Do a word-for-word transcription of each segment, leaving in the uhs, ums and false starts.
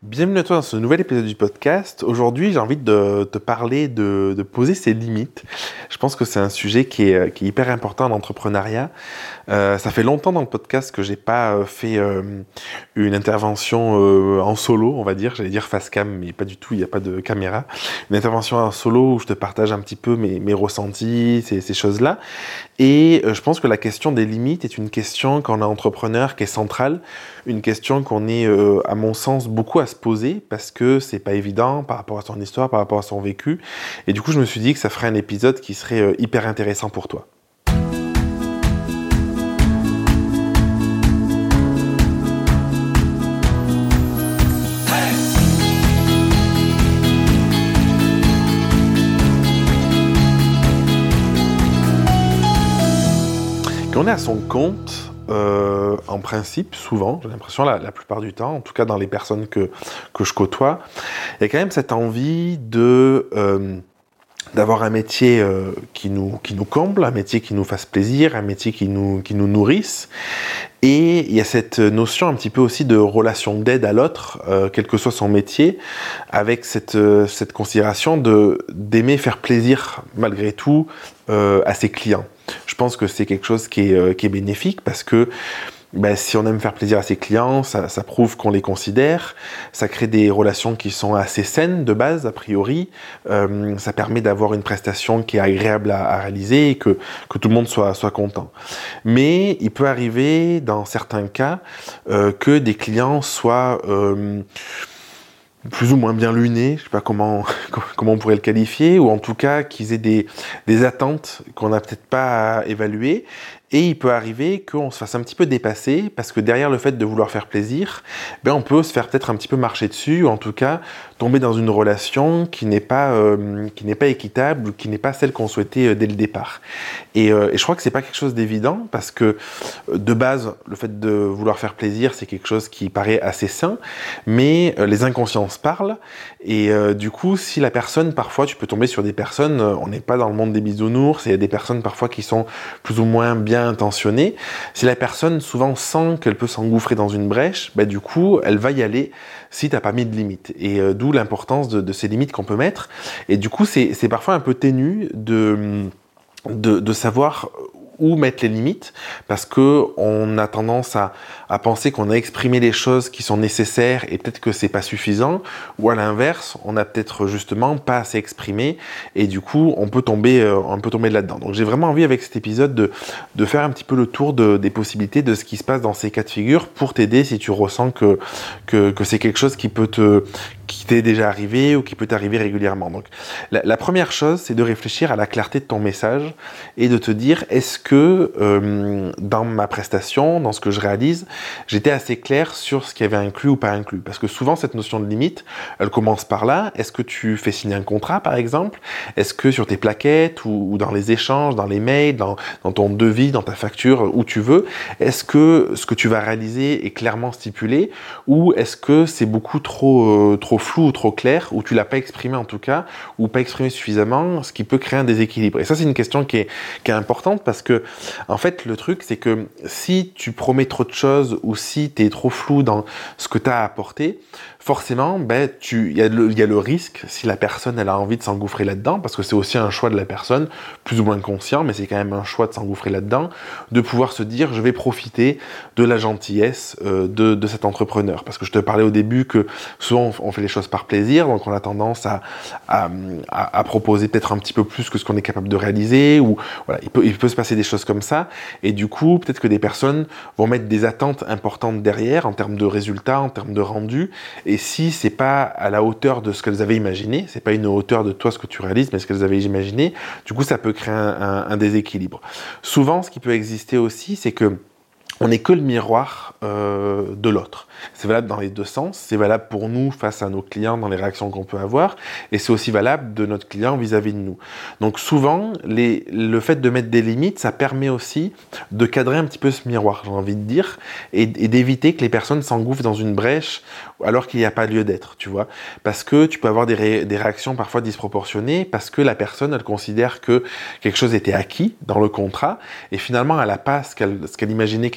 Bienvenue à toi dans ce nouvel épisode du podcast. Aujourd'hui, j'ai envie de te parler de, de poser ses limites. Je pense que c'est un sujet qui est, qui est hyper important en entrepreneuriat. Euh, ça fait longtemps dans le podcast que j'ai pas euh, fait euh, une intervention euh, en solo, on va dire. J'allais dire face cam, mais pas du tout, il n'y a pas de caméra. Une intervention en solo où je te partage un petit peu mes, mes ressentis, ces, ces choses-là. Et euh, je pense que la question des limites est une question quand on est entrepreneur qui est centrale, une question qu'on est, euh, à mon sens, beaucoup à se poser parce que c'est pas évident par rapport à son histoire, par rapport à son vécu. Et du coup, je me suis dit que ça ferait un épisode qui serait euh, hyper intéressant pour toi. Quand on est à son compte, euh, en principe, souvent, j'ai l'impression la, la plupart du temps, en tout cas dans les personnes que, que je côtoie, il y a quand même cette envie de, euh, d'avoir un métier euh, qui, nous, qui nous comble, un métier qui nous fasse plaisir, un métier qui nous, qui nous nourrisse. Et il y a cette notion un petit peu aussi de relation d'aide à l'autre, euh, quel que soit son métier, avec cette, euh, cette considération de, d'aimer faire plaisir malgré tout euh, à ses clients. Je pense que c'est quelque chose qui est, euh, qui est bénéfique parce que ben, si on aime faire plaisir à ses clients, ça, ça prouve qu'on les considère, ça crée des relations qui sont assez saines de base, a priori, euh, ça permet d'avoir une prestation qui est agréable à, à réaliser et que, que tout le monde soit, soit content. Mais il peut arriver, dans certains cas, euh, que des clients soient euh, plus ou moins bien lunés, je sais pas comment, comment on pourrait le qualifier, ou en tout cas qu'ils aient des, des attentes qu'on n'a peut-être pas à évaluer. Et il peut arriver qu'on se fasse un petit peu dépasser parce que derrière le fait de vouloir faire plaisir, ben on peut se faire peut-être un petit peu marcher dessus ou en tout cas tomber dans une relation qui n'est pas, euh, qui n'est pas équitable ou qui n'est pas celle qu'on souhaitait euh, dès le départ. Et, euh, et je crois que c'est pas quelque chose d'évident parce que euh, de base, le fait de vouloir faire plaisir, c'est quelque chose qui paraît assez sain, mais euh, les inconsciences parlent et euh, du coup, si la personne, parfois, tu peux tomber sur des personnes, euh, on n'est pas dans le monde des bisounours, il y a des personnes parfois qui sont plus ou moins bien intentionnée, si la personne souvent sent qu'elle peut s'engouffrer dans une brèche, bah du coup, elle va y aller si t'as pas mis de limites. Et euh, d'où l'importance de, de ces limites qu'on peut mettre. Et du coup, c'est, c'est parfois un peu ténu de, de, de savoir où mettre les limites, parce que on a tendance à, à penser qu'on a exprimé les choses qui sont nécessaires et peut-être que c'est pas suffisant, ou à l'inverse, on a peut-être justement pas assez exprimé et du coup on peut tomber, euh, on peut tomber là-dedans. Donc j'ai vraiment envie avec cet épisode de, de faire un petit peu le tour de, des possibilités de ce qui se passe dans ces cas de figure pour t'aider si tu ressens que, que, que c'est quelque chose qui peut te, qui t'est déjà arrivé ou qui peut t'arriver régulièrement. Donc la, la première chose, c'est de réfléchir à la clarté de ton message et de te dire est-ce que euh, dans ma prestation, dans ce que je réalise, j'étais assez clair sur ce qui avait inclus ou pas inclus. Parce que souvent, cette notion de limite, elle commence par là. Est-ce que tu fais signer un contrat, par exemple ? Est-ce que sur tes plaquettes ou, ou dans les échanges, dans les mails, dans, dans ton devis, dans ta facture, où tu veux, est-ce que ce que tu vas réaliser est clairement stipulé ou est-ce que c'est beaucoup trop, euh, trop flou ou trop clair, ou tu l'as pas exprimé en tout cas, ou pas exprimé suffisamment, ce qui peut créer un déséquilibre. Et ça, c'est une question qui est, qui est importante parce que en fait, le truc, c'est que si tu promets trop de choses ou si tu es trop flou dans ce que tu as à apporter, forcément, ben, tu, il y a le, il y a le risque, si la personne, elle a envie de s'engouffrer là-dedans, parce que c'est aussi un choix de la personne, plus ou moins conscient, mais c'est quand même un choix de s'engouffrer là-dedans, de pouvoir se dire, je vais profiter de la gentillesse euh, de, de cet entrepreneur. Parce que je te parlais au début que souvent, on fait les choses par plaisir, donc on a tendance à, à, à, à proposer peut-être un petit peu plus que ce qu'on est capable de réaliser, ou voilà, il peut, il peut se passer des choses comme ça, et du coup, peut-être que des personnes vont mettre des attentes importantes derrière, en termes de résultats, en termes de rendu, et si c'est pas à la hauteur de ce qu'elles avaient imaginé, c'est pas une hauteur de toi ce que tu réalises, mais ce qu'elles avaient imaginé, du coup, ça peut créer un, un, un déséquilibre. Souvent, ce qui peut exister aussi, c'est que on n'est que le miroir euh, de l'autre. C'est valable dans les deux sens. C'est valable pour nous face à nos clients dans les réactions qu'on peut avoir, et c'est aussi valable de notre client vis-à-vis de nous. Donc souvent, les, le fait de mettre des limites, ça permet aussi de cadrer un petit peu ce miroir, j'ai envie de dire, et, et d'éviter que les personnes s'engouffrent dans une brèche alors qu'il n'y a pas lieu d'être, tu vois. Parce que tu peux avoir des, ré, des réactions parfois disproportionnées, parce que la personne, elle considère que quelque chose était acquis dans le contrat, et finalement, elle n'a pas ce qu'elle, ce qu'elle imaginait qu'était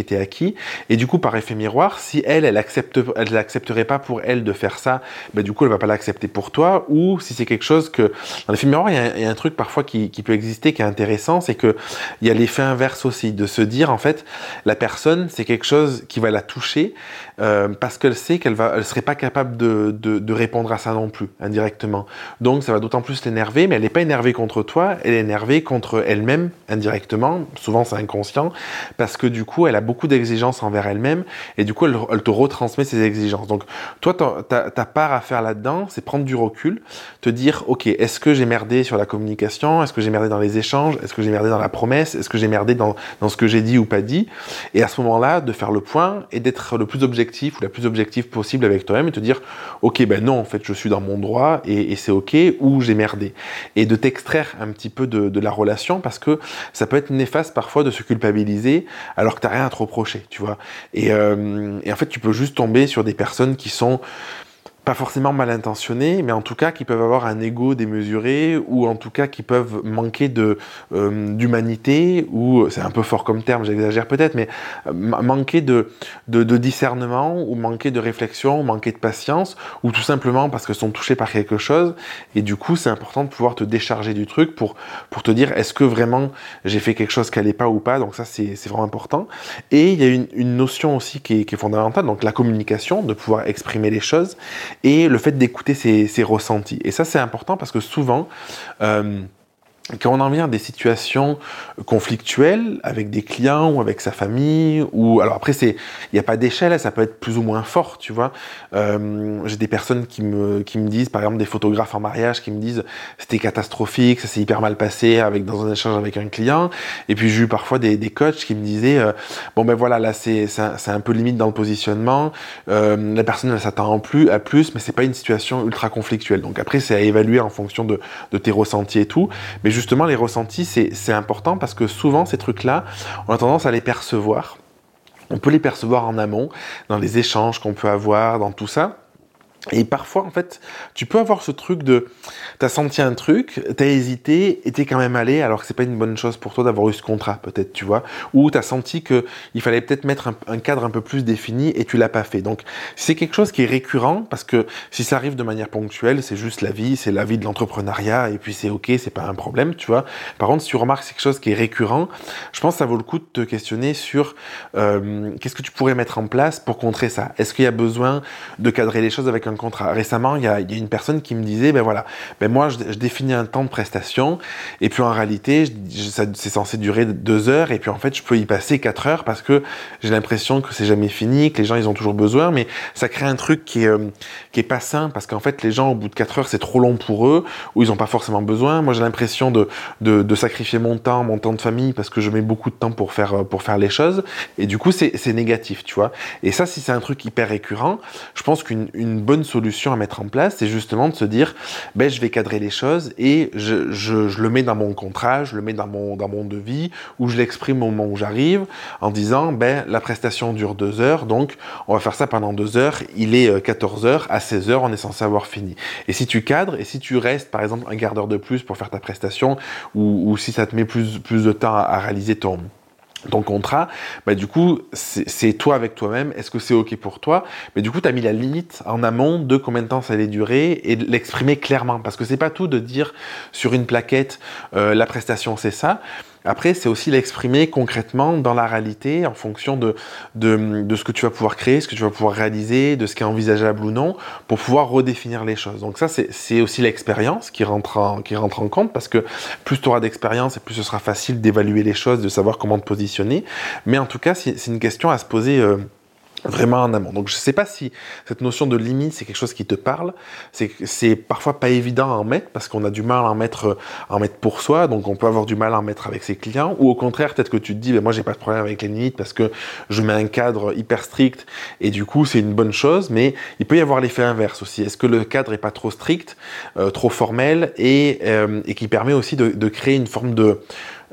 était acquis. Et du coup, par effet miroir, si elle, elle accepte, elle l'accepterait pas pour elle de faire ça, ben du coup, elle va pas l'accepter pour toi. Ou si c'est quelque chose que dans l'effet miroir, il y, a un, il y a un truc parfois qui, qui peut exister, qui est intéressant, c'est que il y a l'effet inverse aussi, de se dire en fait, la personne, c'est quelque chose qui va la toucher euh, parce qu'elle sait qu'elle va, elle serait pas capable de, de, de répondre à ça non plus, indirectement. Donc, ça va d'autant plus l'énerver, mais elle n'est pas énervée contre toi, elle est énervée contre elle-même, indirectement. Souvent, c'est inconscient, parce que du coup, elle a beaucoup d'exigences envers elle-même, et du coup, elle, elle te retransmet ses exigences. Donc, toi, ta, ta part à faire là-dedans, c'est prendre du recul, te dire, ok, est-ce que j'ai merdé sur la communication? Est-ce que j'ai merdé dans les échanges? Est-ce que j'ai merdé dans la promesse? Est-ce que j'ai merdé dans, dans ce que j'ai dit ou pas dit? Et à ce moment-là, de faire le point et d'être le plus objectif ou la plus objective possible avec toi-même et te dire, ok, ben non, en fait, je suis dans mon droit et, et c'est ok, ou j'ai merdé. Et de t'extraire un petit peu de, de la relation, parce que ça peut être néfaste parfois de se culpabiliser alors que t'as rien à te reprocher, tu vois. Et, euh, et en fait, tu peux juste tomber sur des personnes qui sont pas forcément mal intentionnés, mais en tout cas qui peuvent avoir un ego démesuré, ou en tout cas qui peuvent manquer de euh, d'humanité, ou c'est un peu fort comme terme, j'exagère peut-être, mais euh, manquer de, de, de discernement, ou manquer de réflexion, ou manquer de patience, ou tout simplement parce qu'ils sont touchés par quelque chose, et du coup c'est important de pouvoir te décharger du truc pour, pour te dire est-ce que vraiment j'ai fait quelque chose qui n'allait pas ou pas, donc ça c'est, c'est vraiment important. Et il y a une, une notion aussi qui est, qui est fondamentale, donc la communication, de pouvoir exprimer les choses, et le fait d'écouter ses, ses ressentis. Et ça, c'est important parce que souvent, euh, quand on en vient à des situations conflictuelles avec des clients ou avec sa famille, ou alors après c'est, il n'y a pas d'échelle, ça peut être plus ou moins fort, tu vois. Euh, j'ai des personnes qui me qui me disent, par exemple des photographes en mariage, qui me disent c'était catastrophique, ça s'est hyper mal passé avec dans un échange avec un client. Et puis j'ai eu parfois des, des coachs qui me disaient euh, bon ben voilà, là c'est c'est un, c'est un peu limite dans le positionnement, euh, la personne elle s'attend plus à plus, mais c'est pas une situation ultra conflictuelle. Donc après c'est à évaluer en fonction de de tes ressentis et tout, mais justement, les ressentis, c'est, c'est important parce que souvent, ces trucs-là, on a tendance à les percevoir. On peut les percevoir en amont, dans les échanges qu'on peut avoir, dans tout ça. Et parfois, en fait, tu peux avoir ce truc de, t'as senti un truc, t'as hésité, et t'es quand même allé, alors que c'est pas une bonne chose pour toi d'avoir eu ce contrat, peut-être, tu vois, ou t'as senti que il fallait peut-être mettre un, un cadre un peu plus défini, et tu l'as pas fait. Donc, c'est quelque chose qui est récurrent, parce que si ça arrive de manière ponctuelle, c'est juste la vie, c'est la vie de l'entrepreneuriat, et puis c'est ok, c'est pas un problème, tu vois. Par contre, si tu remarques que c'est quelque chose qui est récurrent, je pense que ça vaut le coup de te questionner sur euh, qu'est-ce que tu pourrais mettre en place pour contrer ça. Est-ce qu'il y a besoin de cadrer les choses avec un contrat. Récemment, il y a, il y a une personne qui me disait, ben voilà, ben moi je, je définis un temps de prestation, et puis en réalité, je, je, ça, c'est censé durer deux heures, et puis en fait, je peux y passer quatre heures parce que j'ai l'impression que c'est jamais fini, que les gens ils ont toujours besoin, mais ça crée un truc qui est, euh, qui est pas sain, parce qu'en fait, les gens au bout de quatre heures, c'est trop long pour eux, ou ils ont pas forcément besoin. Moi, j'ai l'impression de, de, de sacrifier mon temps, mon temps de famille, parce que je mets beaucoup de temps pour faire, pour faire les choses, et du coup, c'est, c'est négatif, tu vois. Et ça, si c'est un truc hyper récurrent, je pense qu'une une bonne solution à mettre en place, c'est justement de se dire, ben, je vais cadrer les choses et je, je, je le mets dans mon contrat, je le mets dans mon, dans mon devis, ou je l'exprime au moment où j'arrive, en disant, ben, la prestation dure deux heures, donc on va faire ça pendant deux heures, il est quatorze heures, à seize heures, on est censé avoir fini. Et si tu cadres, et si tu restes, par exemple, un quart d'heure de plus pour faire ta prestation, ou, ou si ça te met plus, plus de temps à, à réaliser ton ton contrat, bah du coup, c'est, c'est toi avec toi-même, est-ce que c'est ok pour toi? Mais du coup, tu as mis la limite en amont de combien de temps ça allait durer, et de l'exprimer clairement, parce que c'est pas tout de dire sur une plaquette, euh, la prestation c'est ça. Après, c'est aussi l'exprimer concrètement dans la réalité, en fonction de, de, de ce que tu vas pouvoir créer, ce que tu vas pouvoir réaliser, de ce qui est envisageable ou non, pour pouvoir redéfinir les choses. Donc ça, c'est, c'est aussi l'expérience qui rentre, en, qui rentre en compte, parce que plus tu auras d'expérience, et plus ce sera facile d'évaluer les choses, de savoir comment te positionner. Mais en tout cas, c'est, c'est une question à se poser euh, vraiment en amont. Donc je ne sais pas si cette notion de limite, c'est quelque chose qui te parle. C'est, c'est parfois pas évident à en mettre, parce qu'on a du mal à en mettre, à en mettre pour soi, donc on peut avoir du mal à en mettre avec ses clients, ou au contraire, peut-être que tu te dis, ben moi j'ai pas de problème avec les limites, parce que je mets un cadre hyper strict, et du coup c'est une bonne chose, mais il peut y avoir l'effet inverse aussi. Est-ce que le cadre est pas trop strict, euh, trop formel, et, euh, et qui permet aussi de, de créer une forme de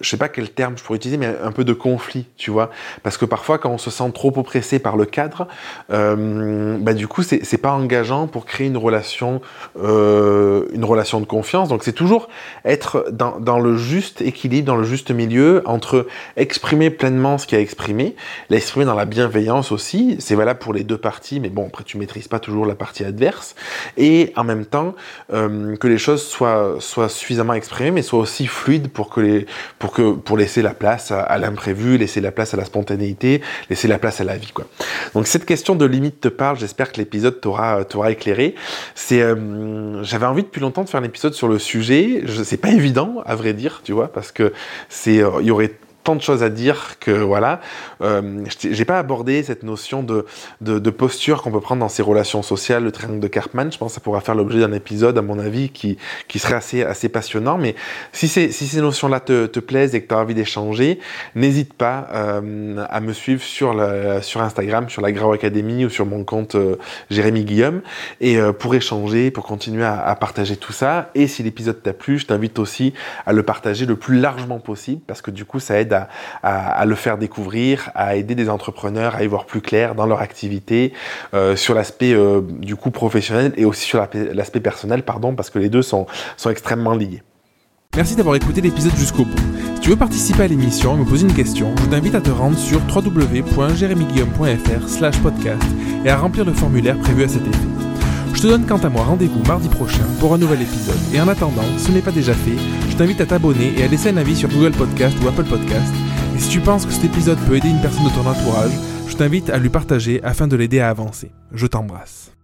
je sais pas quel terme je pourrais utiliser, mais un peu de conflit, tu vois. Parce que parfois, quand on se sent trop oppressé par le cadre, euh, bah, du coup, c'est, c'est pas engageant pour créer une relation, euh, une relation de confiance. Donc, c'est toujours être dans, dans le juste équilibre, dans le juste milieu, entre exprimer pleinement ce qu'il y a exprimé, l'exprimer dans la bienveillance aussi, c'est valable pour les deux parties, mais bon, après, tu maîtrises pas toujours la partie adverse, et en même temps, euh, que les choses soient, soient suffisamment exprimées, mais soient aussi fluides pour que les, pour que, pour laisser la place à, à l'imprévu, laisser la place à la spontanéité, laisser la place à la vie, quoi. Donc, cette question de limite te parle, j'espère que l'épisode t'aura, t'aura éclairé. C'est, euh, j'avais envie depuis longtemps de faire un épisode sur le sujet, je, c'est pas évident, à vrai dire, tu vois, parce que c'est, il euh, y aurait tant de choses à dire que voilà, euh, j'ai pas abordé cette notion de, de, de posture qu'on peut prendre dans ces relations sociales, le triangle de Karpman. Je pense que ça pourra faire l'objet d'un épisode, à mon avis, qui, qui serait assez, assez passionnant. Mais si, c'est, si ces notions-là te, te plaisent et que tu as envie d'échanger, n'hésite pas euh, à me suivre sur, la, sur Instagram, sur la Grau Academy ou sur mon compte euh, Jérémy Guillaume, et euh, pour échanger, pour continuer à, à partager tout ça. Et si l'épisode t'a plu, je t'invite aussi à le partager le plus largement possible, parce que du coup, ça aide À, à, à le faire découvrir, à aider des entrepreneurs à y voir plus clair dans leur activité, euh, sur l'aspect euh, du coup professionnel et aussi sur l'aspect personnel, pardon, parce que les deux sont, sont extrêmement liés. Merci d'avoir écouté l'épisode jusqu'au bout. Si tu veux participer à l'émission et me poser une question, je t'invite à te rendre sur w w w point jérémy guillaume point f r slash podcast et à remplir le formulaire prévu à cet effet. Je te donne quant à moi rendez-vous mardi prochain pour un nouvel épisode. Et en attendant, si ce n'est pas déjà fait, je t'invite à t'abonner et à laisser un avis sur Google Podcast ou Apple Podcast. Et si tu penses que cet épisode peut aider une personne de ton entourage, je t'invite à lui partager afin de l'aider à avancer. Je t'embrasse.